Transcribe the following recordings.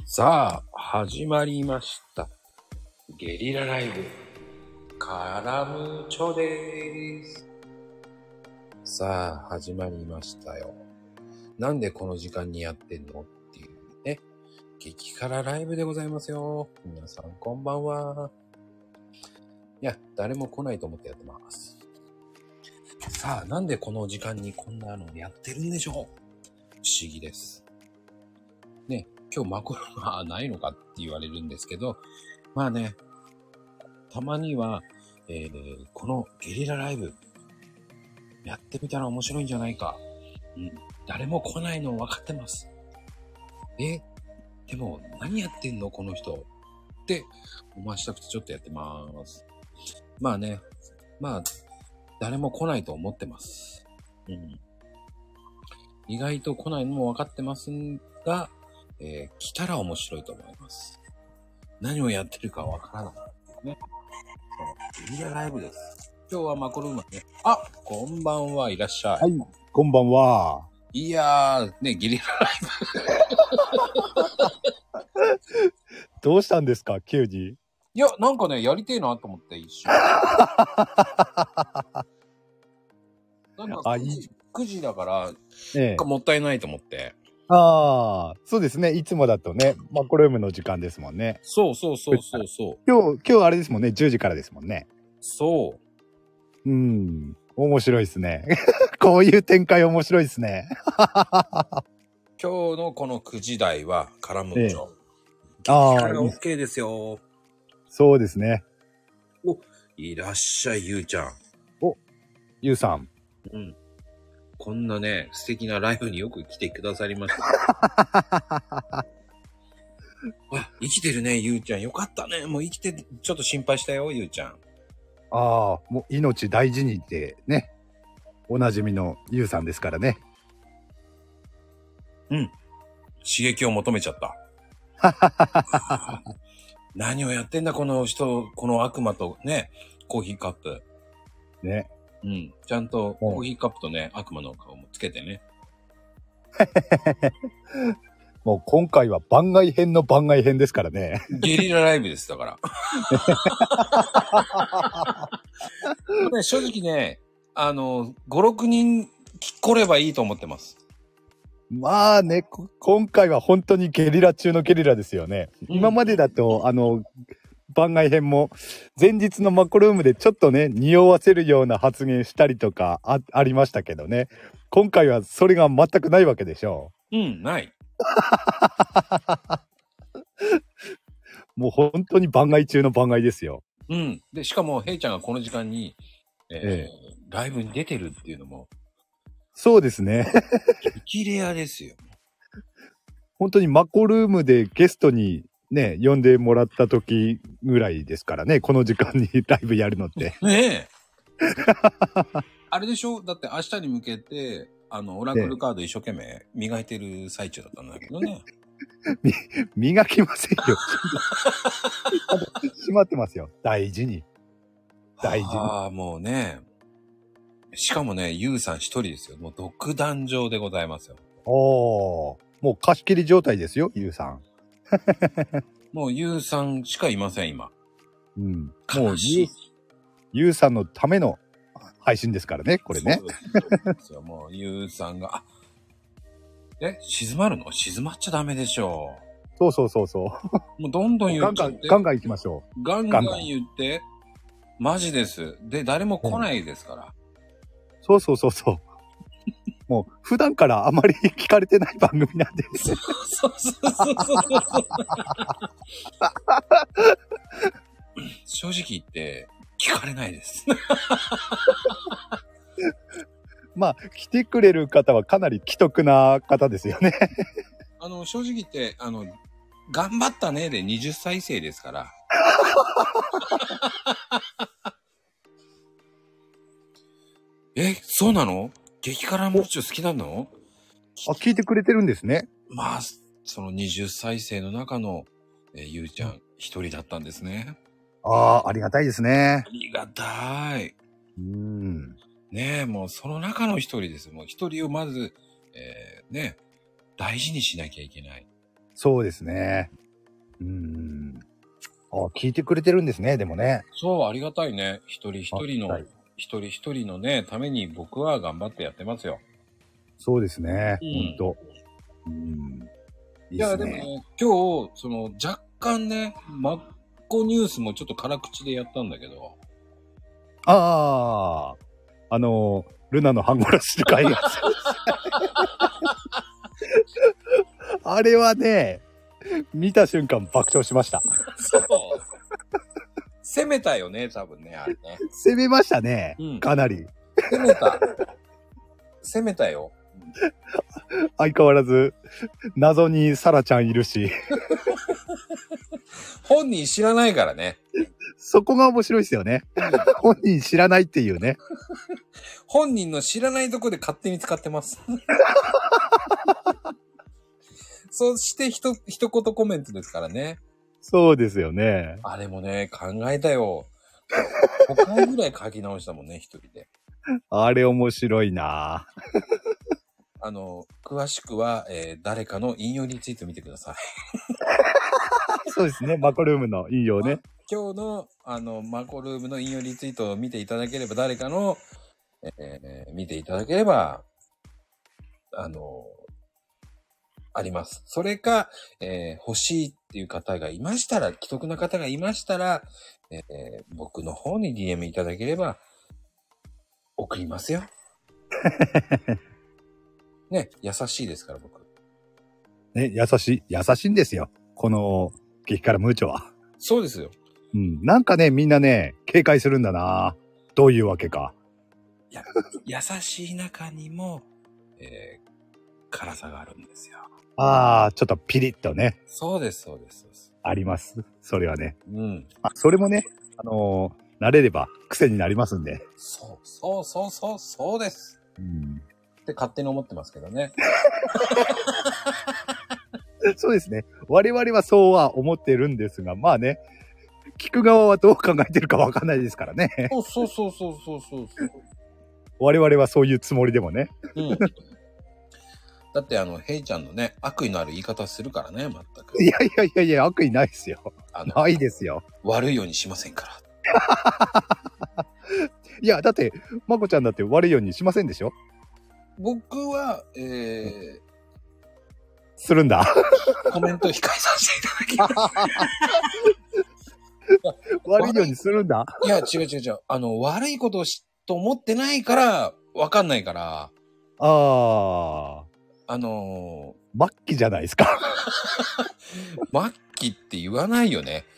さあ、始まりました。ゲリラライブ、カラムチョです。さあ、始まりましたよ。なんでこの時間にやってんのっていうね、激辛ライブでございますよ。皆さんこんばんは。いや、誰も来ないと思ってやってます。さあ、なんでこの時間にこんなのやってるんでしょう。不思議です。ね、今日マコロはないのかって言われるんですけど、まあね、たまには、このゲリラライブやってみたら面白いんじゃないか。誰も来ないの分かってます。でも何やってんのこの人って思わしたくてちょっとやってます。まあね、誰も来ないと思ってます。意外と来ないのも分かってますが、来たら面白いと思います。何をやってるか分からないね。ゲリラライブです。今日はマコルームね。あ、こんばんはいらっしゃい。 はい、こんばんは。 いやー、ね、ゲリラライブ。どうしたんですか、急に。 いや、なんかね、やりてえなと思って一瞬。なんか9時だから、もったいないと思って。 ああ、そうですね。いつもだとね、マコルームの時間ですもんね。 そう。今日あれですもんね、10時からですもんね。 そう。 面白いですね。こういう展開面白いですね。 今日のこの9時台はカラムーチョ。OK ですよ。 そうですね。 お、いらっしゃい、ゆうちゃん。 お、ゆうさん。 こんなね、素敵なライブによく来てくださりました。あ、生きてるね、ゆうちゃん。よかったね。もう生きて、ちょっと心配したよ、ゆうちゃん。 ああ、もう命大事にってね。おなじみのゆうさんですからね。 刺激を求めちゃった。何をやってんだ、この人、この悪魔とね、コーヒーカップ。 ね。 ちゃんとコーヒーカップとね、悪魔の顔もつけてね。 もう今回は番外編の番外編ですからね。 ゲリラライブです、だから。ね、正直ね、5、6人来ればいいと思ってます。 まあね、今回は本当にゲリラ中のゲリラですよね。今までだと、番外編も、前日のマコルームでちょっとね、匂わせるような発言したりとかありましたけどね。今回はそれが全くないわけでしょう。ない。 もう本当に番外中の番外ですよ。 で、しかも、ヘイちゃんがこの時間に、ライブに出てるっていうのも。 そうですね。 激レアですよ。 本当にマコルームでゲストにね、呼んでもらった時ぐらいですからね、この時間にライブやるのって。 ねえ。あれでしょ？だって明日に向けて、オラクルカード一生懸命磨いてる最中だったんだけどね。 磨きませんよ。しまってますよ。大事に。 ああ、もうね。しかもね、ゆうさん一人ですよ。もう独壇場でございますよ。 もう貸し切り状態ですよ、ゆうさん。 もうゆうさんしかいません、今。 もうゆうさんのための配信ですからね、これね。 そうですよ。もうゆうさんが、静まるの？静まっちゃダメでしょう。そう。 もうどんどん言って。 ガンガン行きましょう。ガンガン言って。マジです。で、誰も来ないですから。 そう。もう普段からあまり聞かれてない番組なんです。 そう。正直言って聞かれないです。 まあ来てくれる方はかなり既得な方ですよね。 正直言って頑張ったねで20再生ですから。そうなの？激辛もちろん好きなの？ 聞いてくれてるんですね。 まあその20再生の中の、ゆうちゃん一人だったんですね。 ありがたいですね。 ありがたい。ねえ、もうその中の一人です。もう一人をまず、大事にしなきゃいけない。 そうですね。聞いてくれてるんですね、でもね。 そう、ありがたいね。一人一人の、 はい一人一人のね、ために僕は頑張ってやってますよ。 そうですね。 うんほんと。いいいや、 ですね。 でもね、今日、若干ね、マッコニュースもちょっと辛口でやったんだけど。 ルナの半殺し会やつ。あれはね、見た瞬間爆笑しました。 そう。攻めたよね、多分ね、あれね。 攻めましたね。かなり。 攻めた。攻めたよ。 相変わらず、謎にサラちゃんいるし。 本人知らないからね。 そこが面白いですよね。本人知らないっていうね。 本人の知らないとこで勝手に使ってます。そして一言コメントですからね。 そうですよね。 あれもね、考えたよ。5回ぐらい書き直したもんね、一人で。 あれ面白いな詳しくは、誰かの引用リツイート見てください。 そうですね。マコルームの引用ね。 今日の、マコルームの引用リツイートを見ていただければ、誰かの、見ていただければ、あります。それか、欲しいっていう方がいましたら、既得な方がいましたら、僕の方に DM いただければ、送りますよ。ね、優しいですから、僕。 ね、優しいんですよ。この、激辛ムーチョは。 そうですよ。 なんかね、みんなね、警戒するんだな。どういうわけか。 いや、優しい中にも、辛さがあるんですよ。 ちょっとピリッとね。 そうです。 あります。それはね。 うん。 それもね、慣れれば癖になりますんで。 そうです。って勝手に思ってますけどね。 そうですね。我々はそうは思ってるんですが、まあね、聞く側はどう考えてるかわかんないですからね。 そう。 我々はそういうつもりでもね。 だってヘイちゃんのね、悪意のある言い方するからね、全く。 いや、悪意ないですよ。ないですよ。 悪いようにしませんから。 いや、だって、まこちゃんだって悪いようにしませんでしょ？ 僕は、 するんだ。 コメント控えさせていただきます。 悪いようにするんだ。 いや、違う。悪いことをと思ってないから、わかんないから。 末期じゃないですか。 末期って言わないよね。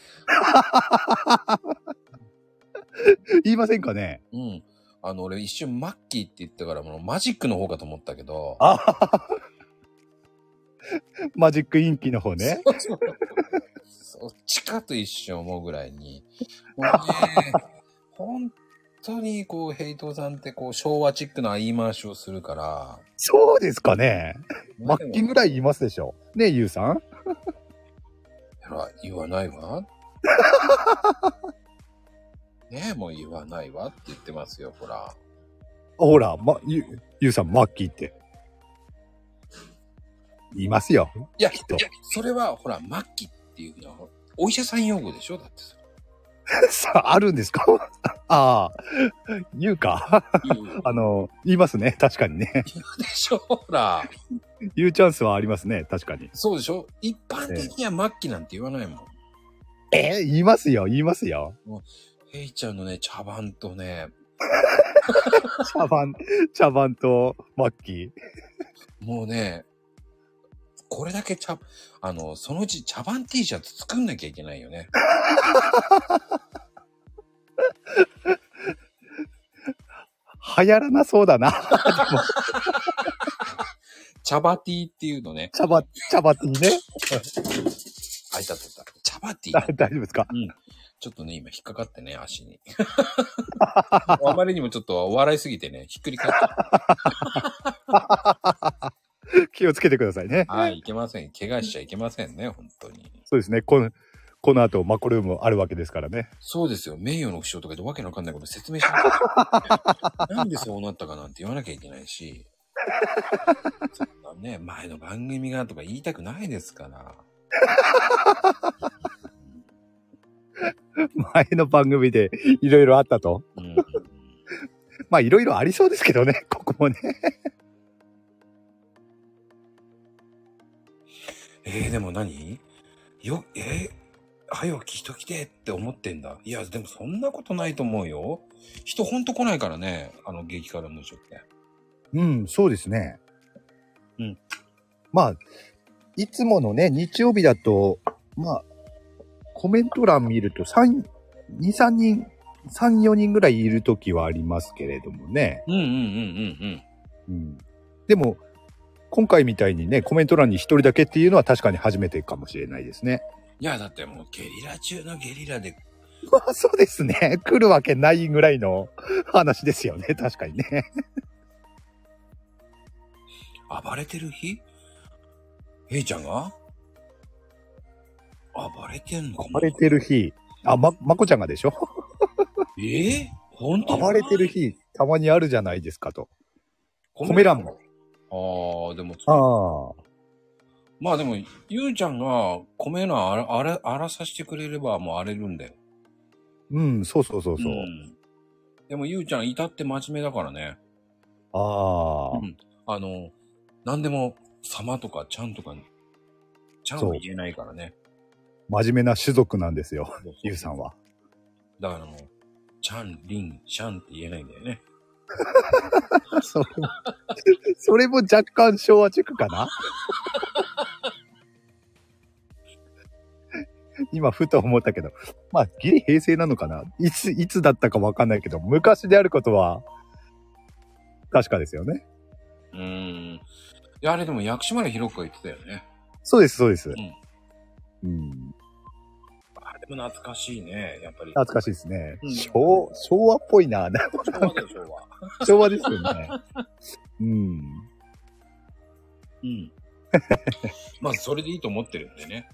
言いませんかね？ 俺一瞬末期って言ったからマジックの方かと思ったけど。 マジックインキの方ね。 そっちかと一瞬思うぐらいに。もうね、本当にヘイトさんって昭和チックな言い回しをするから。 そうですかね。末期ぐらい言いますでしょ。ねえ、ゆうさん？ 言わないわ。ねえ、もう言わないわって言ってますよ、ほら。 ほら、ゆうさん、末期って。言いますよ。 いや、それは、ほら、末期っていうのは、お医者さん用語でしょだってそれ。 さあ、あるんですか？言うか。言いますね。確かにね。 言うでしょほら。 言うチャンスはありますね。確かに。 そうでしょ一般的には末期なんて言わないもん。 言いますよ。 もうヘイちゃんのね、茶番とね。 茶番と末期。 もうね、これだけそのうち茶番 T シャツ作んなきゃいけないよね。 流行らなそうだな。 茶バティっていうのね。 茶バティね。 あ、いた。茶バティ。 大丈夫ですか？ ちょっとね、今引っかかってね、足に。あまりにもちょっと笑いすぎてね、ひっくり返った。 気をつけてくださいね。 はい、いけません。怪我しちゃいけませんね、本当に。 そうですね。この後、マコルームあるわけですからね。 そうですよ。名誉の負傷とかでわけのわかんないこと説明しなきゃ。なんでそうなったかなんて言わなきゃいけないし。 そんなね、前の番組がとか言いたくないですから。 前の番組でいろいろあったと。 うん、 まあいろいろありそうですけどね、ここもね。 でも何よ、早起き人来てって思ってんだ。いや、でもそんなことないと思うよ。人ほんと来ないからね、激辛無所って。 うん、そうですね。 うん。 まあ、いつものね、日曜日だと、まあ、コメント欄見ると2、3人、3、4人ぐらいいるときはありますけれどもね。 うんうんうんうんうん。 うん。でも、今回みたいにね、コメント欄に一人だけっていうのは確かに初めてかもしれないですね。 いや、だってもうゲリラ中のゲリラで。 まあそうですね。来るわけないぐらいの話ですよね。確かにね。 暴れてる日ちゃんが暴れてんのかも。 暴れてる日。まこちゃんがでしょ本当に暴れてる日、たまにあるじゃないですかと。コメ欄も。 でも、 まあでも、ゆうちゃんが米の荒らさせてくれればもう荒れるんだよ。 うん、そう。 でもゆうちゃん至って真面目だからね。なんでも様とかちゃんとか、ちゃんは言えないからね。 真面目な種族なんですよ、ゆうさんは。 だからもう、ちゃん、りん、しゃんって言えないんだよね。 それも若干昭和チックかな今ふと思ったけど、まあギリ平成なのかな、いつだったかわかんないけど、昔であることは確かですよね。 いや、あれでも薬師丸ひろ子が言ってたよね。 そうです。あでも懐かしいね、やっぱり。 懐かしいですね。昭和っぽいな。昭和ですよね。 まあ、それでいいと思ってるんでね。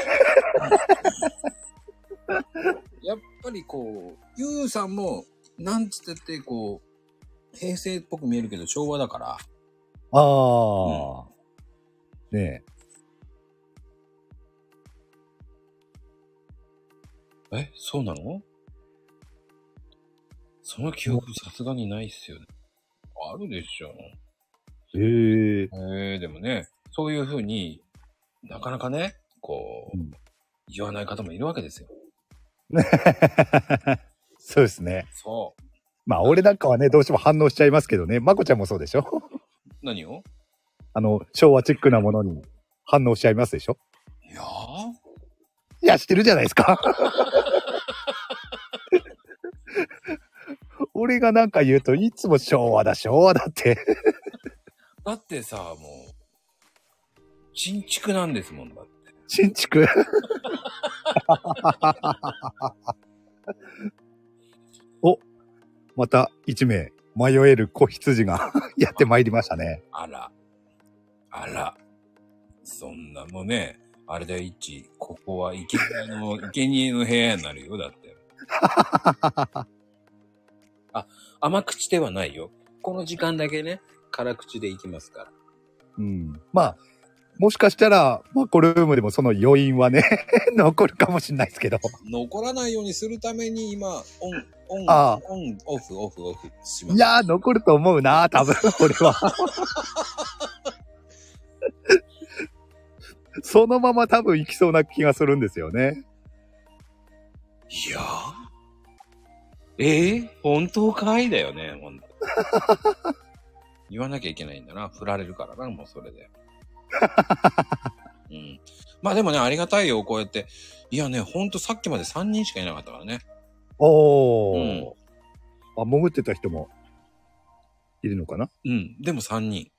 やっぱりこう、ゆうさんも、なんつってってこう、平成っぽく見えるけど昭和だから。 ねえ。そうなの？その記憶さすがにないっすよね。あるでしょ。でもね、そういう風になかなかね、こう、言わない方もいるわけですよ。 そうですね。 そう。 まあ俺なんかはね、どうしても反応しちゃいますけどね。まこちゃんもそうでしょ？ 何を？ 昭和チックなものに反応しちゃいますでしょ？いや、してるじゃないですか。俺がなんか言うといつも昭和だって。 だってさ、もう、新築なんですもんだって。 新築お、また一名迷える子羊がやってまいりましたね。 あら。そんなもんね、あれだよ、ここは生贄の部屋になるよ、だって。甘口ではないよ。この時間だけね、辛口でいきますから。 まあ、もしかしたら、マコルームでもその余韻はね、残るかもしれないですけど。 残らないようにするために今、オフします。 いやー、残ると思うな、多分、俺は。そのまま多分行きそうな気がするんですよね。 いやー。本当かいだよね、ほんと。言わなきゃいけないんだな。振られるからな、もうそれで。まあでもね、ありがたいよ、こうやって。いやね、ほんとさっきまで3人しかいなかったからね。 潜ってた人もいるのかな？ でも3人。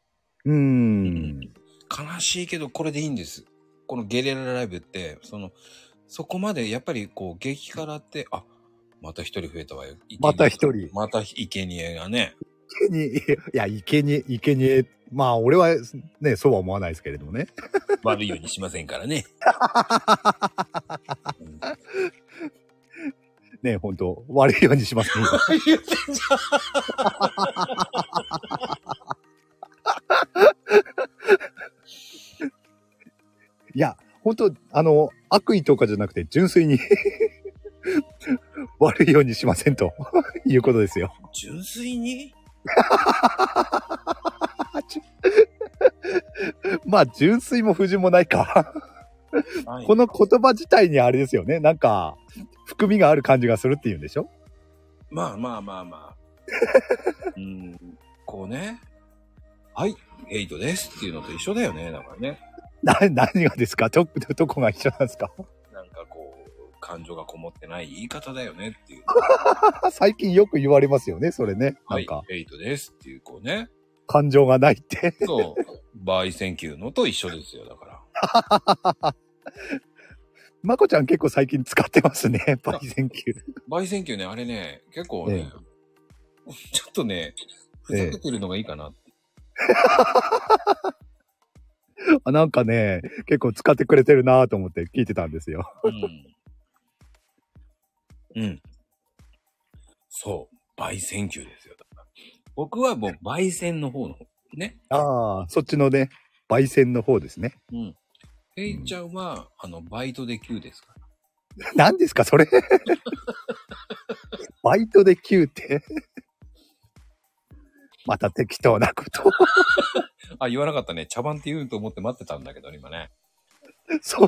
悲しいけどこれでいいんです。このゲリラライブって、そこまでやっぱりこう激辛って、また一人増えたわよ。 また一人。 また生贄がね。 生贄。まあ俺はね、そうは思わないですけれどもね。 悪いようにしませんからね。 ねえ、ほんと、悪いようにしますね。言ってんじゃん。 悪意とかじゃなくて、純粋に悪いようにしませんということですよ。 純粋にまあ、純粋も不純もないか。 はいこの言葉自体にあれですよね。なんか、含みがある感じがするっていうんでしょ？ まあまあまあまあ。こうね。はい、8ですっていうのと一緒だよね。だからね。 何がですか？どこが一緒なんですか？ なんかこう、感情がこもってない言い方だよねっていう。 最近よく言われますよね、それね。なはいんか、、 8ですっていうこうね。 感情がないって。 そう。バイセンキューのと一緒ですよ。だから。 まこちゃん結構最近使ってますね、バイセンキュー。 バイセンキューね、あれね、結構ね、ちょっとね、ふざけてるのがいいかな。 なんかね、結構使ってくれてるなと思って聞いてたんですよ。 そう。バイセンキューですよ。だから僕はもうバイセンの方の方。ね。 ああ、そっちのね、焙煎の方ですね。 ヘイちゃんは、バイトで9ですから。 何ですか、それ。バイトで9って。また適当なこと。 あ、言わなかったね。茶番って言うと思って待ってたんだけど、今ね。 そう。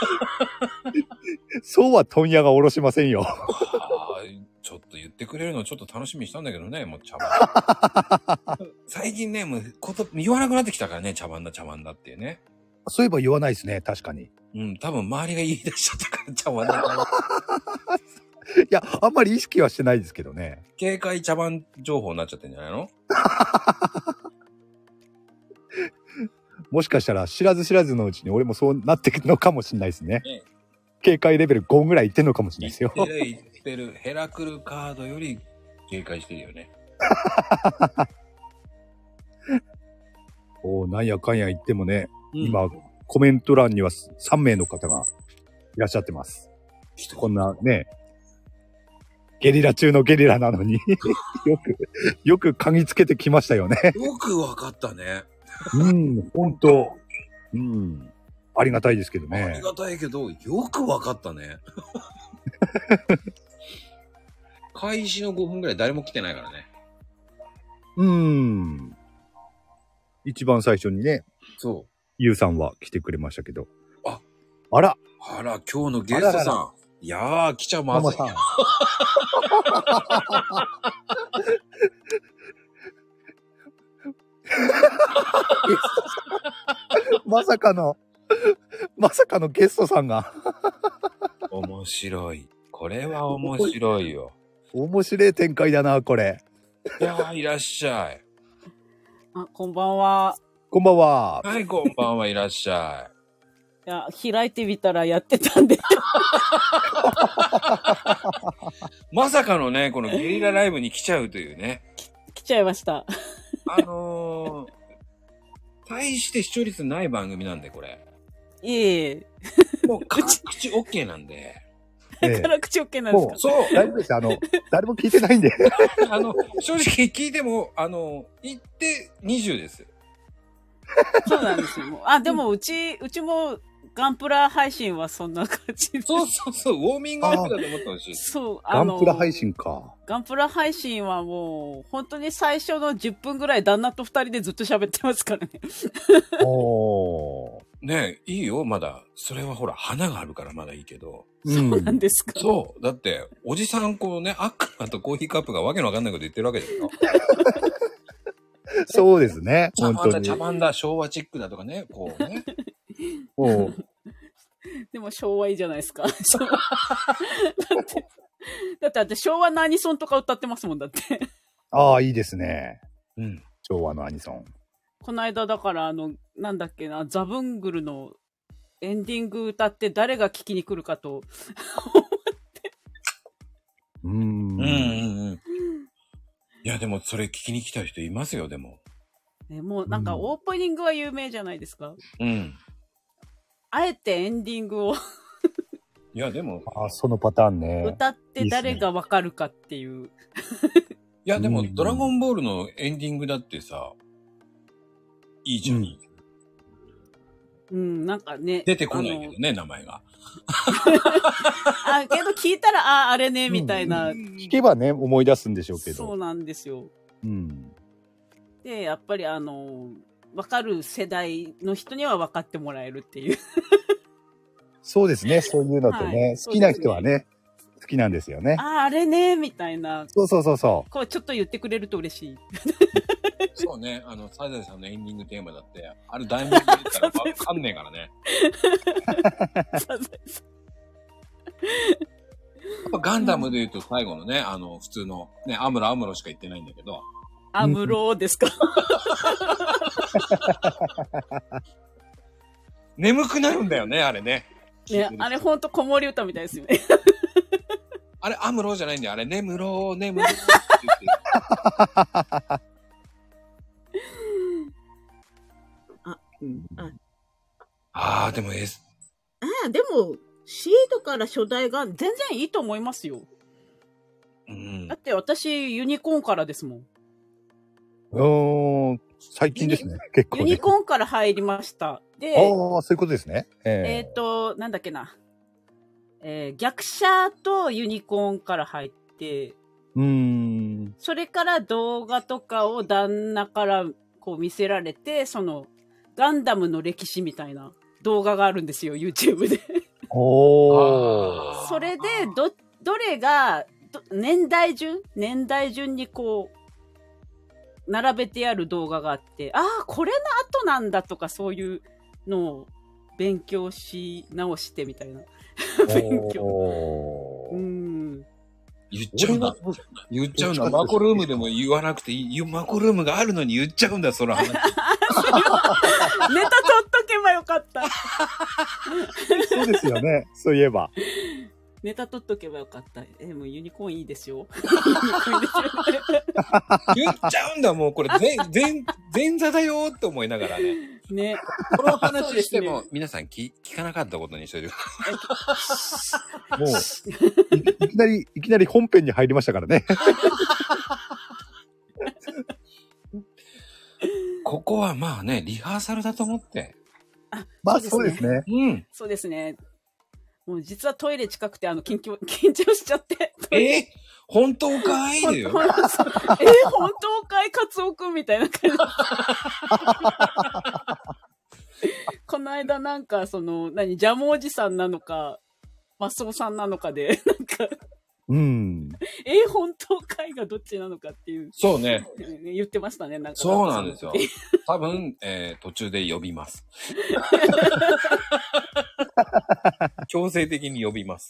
そうは問屋がおろしませんよ。 ちょっと言ってくれるのちょっと楽しみにしたんだけどね、もう茶番。最近ね、もう言わなくなってきたからね、茶番だっていうね。 そういえば言わないですね、確かに。 多分周りが言い出しちゃったから茶番だから。 いや、あんまり意識はしてないですけどね。 警戒茶番情報になっちゃってんじゃないの？ もしかしたら知らず知らずのうちに俺もそうなってくるのかもしれないですね。 ね、 警戒レベル5ぐらいいってんのかもしれないですよ。 言ってる。ヘラクルカードより警戒してるよね。 なんやかんや言ってもね、今、コメント欄には3名の方がいらっしゃってます。こんなね、ゲリラ中のゲリラなのに、よく嗅ぎつけてきましたよね。 よくわかったね。 ほんと。ありがたいですけどね。 ありがたいけど、よくわかったね。開始の5分ぐらい誰も来てないからね。 一番最初にね、 そう。 ゆうさんは来てくれましたけど。 あら、 今日のゲストさん。いやー、来ちゃまずい。 まさかのゲストさんが。 面白い。これは面白いよ。 面白い展開だな、これ。 いやー、いらっしゃい。 こんばんは。 こんばんは。 はい、こんばんは、いらっしゃい。 いや、開いてみたらやってたんで。 まさかのね、このゲリラライブに来ちゃうというね。 来ちゃいました。 大して視聴率ない番組なんで、これ。 いえいえ。 もう、辛口 OK なんで。 辛口 OK なんですか？ そう。 大丈夫です。誰も聞いてないんで。 正直聞いても、言って20です。 そうなんですよ。でもうちもガンプラ配信はそんな感じです。 そう、ウォーミングアップだと思ったほしい。 そう、 ガンプラ配信か。 ガンプラ配信はもう、本当に最初の10分ぐらい旦那と2人でずっと喋ってますからね。 ねえ、いいよ、まだ。それはほら、花があるからまだいいけど。 そうなんですか。 そう。だって、おじさんこうね、アックマとコーヒーカップがわけのわかんないこと言ってるわけですよ。 そうですね。本当に。 茶番だ、昭和チックだとかね、こうね。 でも昭和いいじゃないですか。だって、昭和のアニソンとか歌ってますもんだって。 ああ、いいですね。昭和のアニソン。 この間だからなんだっけな、ザブングルのエンディング歌って誰が聞きに来るかと思って。 いや、でもそれ聞きに来た人いますよ、でも。 もうなんかオープニングは有名じゃないですか。あえてエンディングをいや、でも。 そのパターンね。 歌って誰がわかるかっていう。 いや、でも、ドラゴンボールのエンディングだってさ、いいじゃん。 うん、なんかね。 出てこないけどね、名前が。 けど聞いたら、あれね、みたいな。 聞けばね、思い出すんでしょうけど。 そうなんですよ。 うん。 で、やっぱり分かる世代の人には分かってもらえるっていう。 そうですね、そういうのってね、 はい、 好きな人はね、好きなんですよね。 あれね、みたいな。 そうそうそうそう。 こうちょっと言ってくれると嬉しい。 そうね、サザエさんのエンディングテーマだって、あれ題名で言ったらわかんねえからね。 サザエさん。 やっぱガンダムで言うと最後のね、普通の、ね、アムロしか言ってないんだけど。 アムロですか。 眠くなるんだよね、あれね。 ね、あれほんと子守歌みたいですよね。 あれ、アムロじゃないんだよ。あれ、眠ろうって言ってでもでも、シードから初代が全然いいと思いますよ。 うん、 だって私、ユニコーンからですもん。最近ですね、結構、ね。 ユニコーンから入りました。で、 ああ、そういうことですね。 なんだっけな。逆者とユニコーンから入って、それから動画とかを旦那からこう見せられて、ガンダムの歴史みたいな動画があるんですよ、YouTube で。それで、どれが、年代順にこう、並べてある動画があって、これの後なんだとかそういうのを勉強し直してみたいな。勉強。 言っちゃうんだ。マコルームでも言わなくていい。マコルームがあるのに言っちゃうんだ、その話。ネタ取っとけばよかった。 そうですよね、そういえば。 ネタ取っとけばよかった。もうユニコーンいいですよ。 言っちゃうんだ、もうこれ、前座だよって思いながらね。 ね。 この話しても、皆さん聞かなかったことにしといてください。もう、いきなり本編に入りましたからね。 ここはまあね、リハーサルだと思って。 まあそうですね。 うん。 そうですね。もう実はトイレ近くて緊張しちゃって。 本当かいだよ。 本当かいカツオくんみたいな感じ。この間なんかジャムおじさんなのか、マスオさんなのかで、なんか、本当かいがどっちなのかっていう。 そうね。 言ってましたね、なんか。 そうなんですよ。多分、途中で呼びます。強制的に呼びます。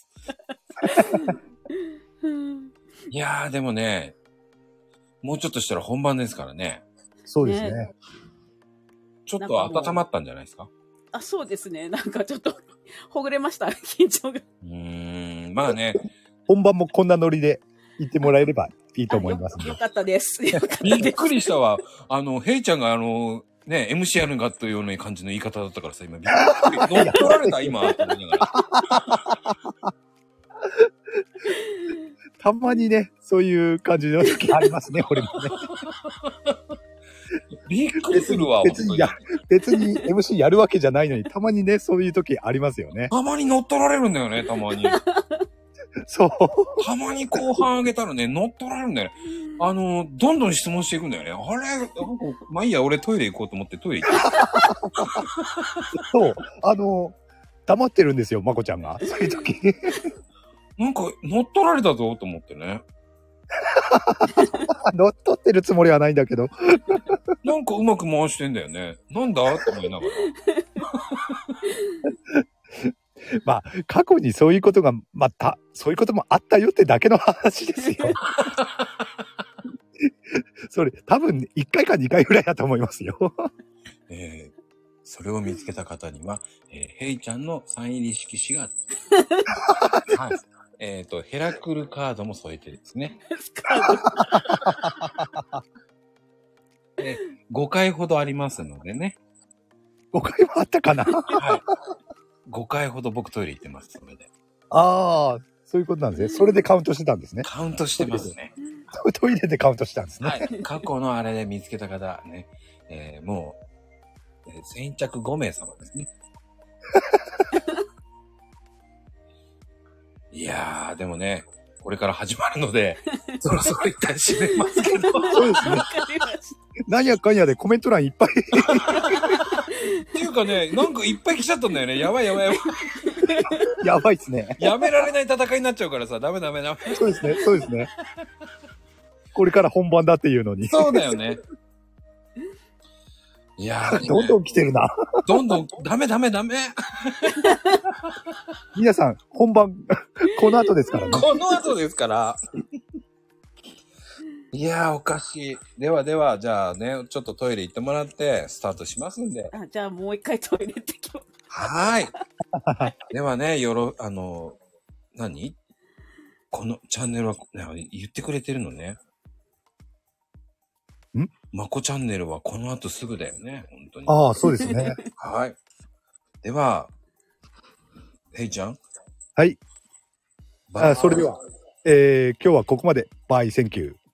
いやー、でもね、もうちょっとしたら本番ですからね。 そうですね。 ちょっと温まったんじゃないですか？ そうですね。なんかちょっと、ほぐれました、緊張が。 まあね。 本番もこんなノリで言ってもらえればいいと思います、 ね。よかったです。 びっくりしたわ。ヘイちゃんがね、MC やるんかというような感じの言い方だったからさ、今、びっくり。乗っ取られた、今、って思いながら。 たまにね、そういう感じの時ありますね、俺もね。 びっくりするわ、 別に MC やるわけじゃないのに、たまにね、そういう時ありますよね。 たまに乗っ取られるんだよね、たまに。 そう。 たまに後半上げたらね、乗っ取られるんだよね。どんどん質問していくんだよね。あれまあいいや、俺トイレ行こうと思ってトイレ行って。 そう。黙ってるんですよ、まこちゃんが。そういう時。 なんか、乗っ取られたぞ、と思ってね。 乗っ取ってるつもりはないんだけど。 なんかうまく回してんだよね。なんだって思いながら。 まあ、過去にそういうことが、そういうこともあったよってだけの話ですよ。それ、多分、1回か2回ぐらいだと思いますよ。 それを見つけた方には、ヘイちゃんのサイン入り色紙が、はい。ヘラクルカードも添えてですね。5回ほどありますのでね。 5回もあったかな？ はい。5回ほど僕トイレ行ってます、それで。 ああ、そういうことなんですね。それでカウントしてたんですね。 カウントしてますね。 トイレでカウントしたんですね。 はい。過去のあれで見つけた方ね、もう、先着5名様ですね。 いやー、でもね、これから始まるので、そろそろ一旦閉めますけど。 そうですね。何やかんやでコメント欄いっぱい。 っていうかね、なんかいっぱい来ちゃったんだよね。やばいやばいやばい。 やばいっすね。 やめられない戦いになっちゃうからさ、ダメ。 そうですね、そうですね。これから本番だっていうのに。 そうだよね。いやー、 どんどん来てるな。 どんどん、ダメ。 皆さん、本番、この後ですからね。 この後ですから。いやー、おかしい。では、じゃあね、ちょっとトイレ行ってもらって、スタートしますんで。 じゃあもう一回トイレ行ってきます。 はーい。ではね、何このチャンネルは、ね、言ってくれてるのね。まこチャンネルはこの後すぐだよね、本当に。 ああ、そうですね。 はい。では、ヘイちゃん。 はい。それでは、今日はここまで。バイ、センキュー。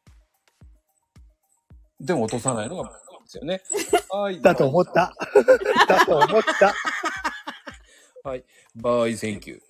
でも落とさないのがですよね。はい。 だと思った。だと思った。 はい。バイ、センキュー。